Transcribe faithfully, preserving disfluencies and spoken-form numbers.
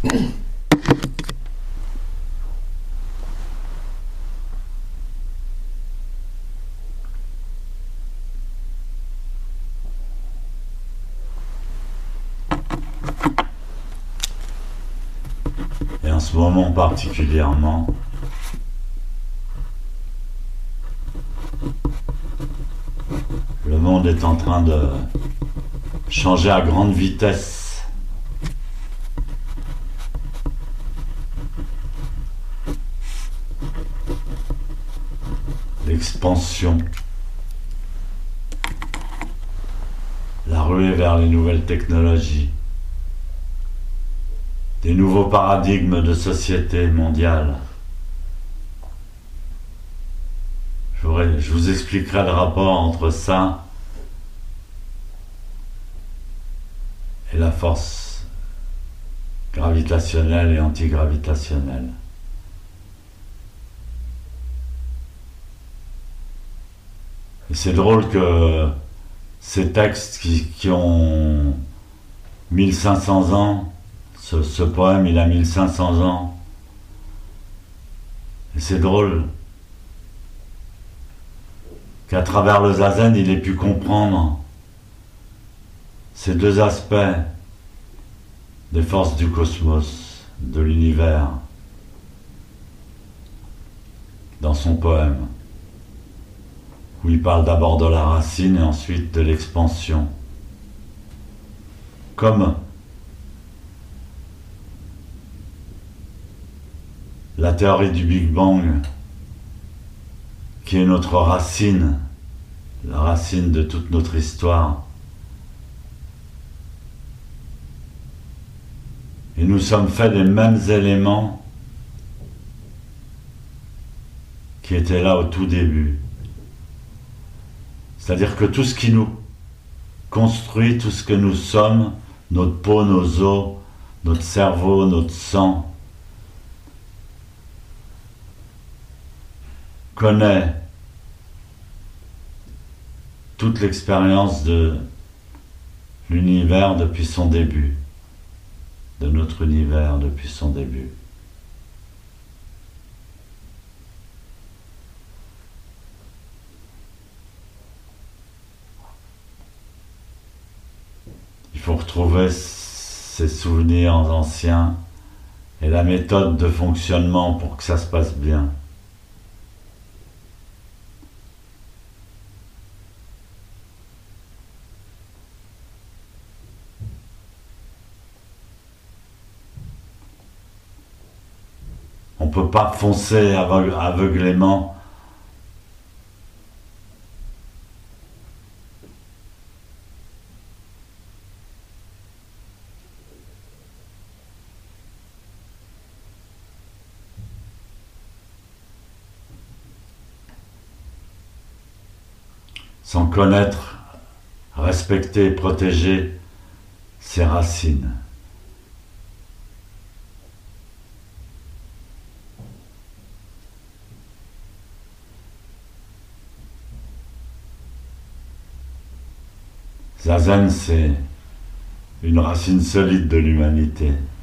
Et en ce moment particulièrement, le monde est en train de changer à grande vitesse. L'expansion, la ruée vers les nouvelles technologies, des nouveaux paradigmes de société mondiale. Je vous, je vous expliquerai le rapport entre ça et la force gravitationnelle et antigravitationnelle. Et c'est drôle que ces textes qui, qui ont mille cinq cents ans, ce, ce poème il a mille cinq cents ans, et c'est drôle qu'à travers le zazen il ait pu comprendre ces deux aspects des forces du cosmos, de l'univers, dans son poème, où il parle d'abord de la racine et ensuite de l'expansion. Comme la théorie du Big Bang, qui est notre racine, la racine de toute notre histoire. Et nous sommes faits des mêmes éléments qui étaient là au tout début. C'est-à-dire que tout ce qui nous construit, tout ce que nous sommes, notre peau, nos os, notre cerveau, notre sang, connaît toute l'expérience de l'univers depuis son début, de notre univers depuis son début. Il faut retrouver ces souvenirs anciens et la méthode de fonctionnement pour que ça se passe bien. On ne peut pas foncer aveuglément sans connaître, respecter et protéger ses racines. Zazen, c'est une racine solide de l'humanité.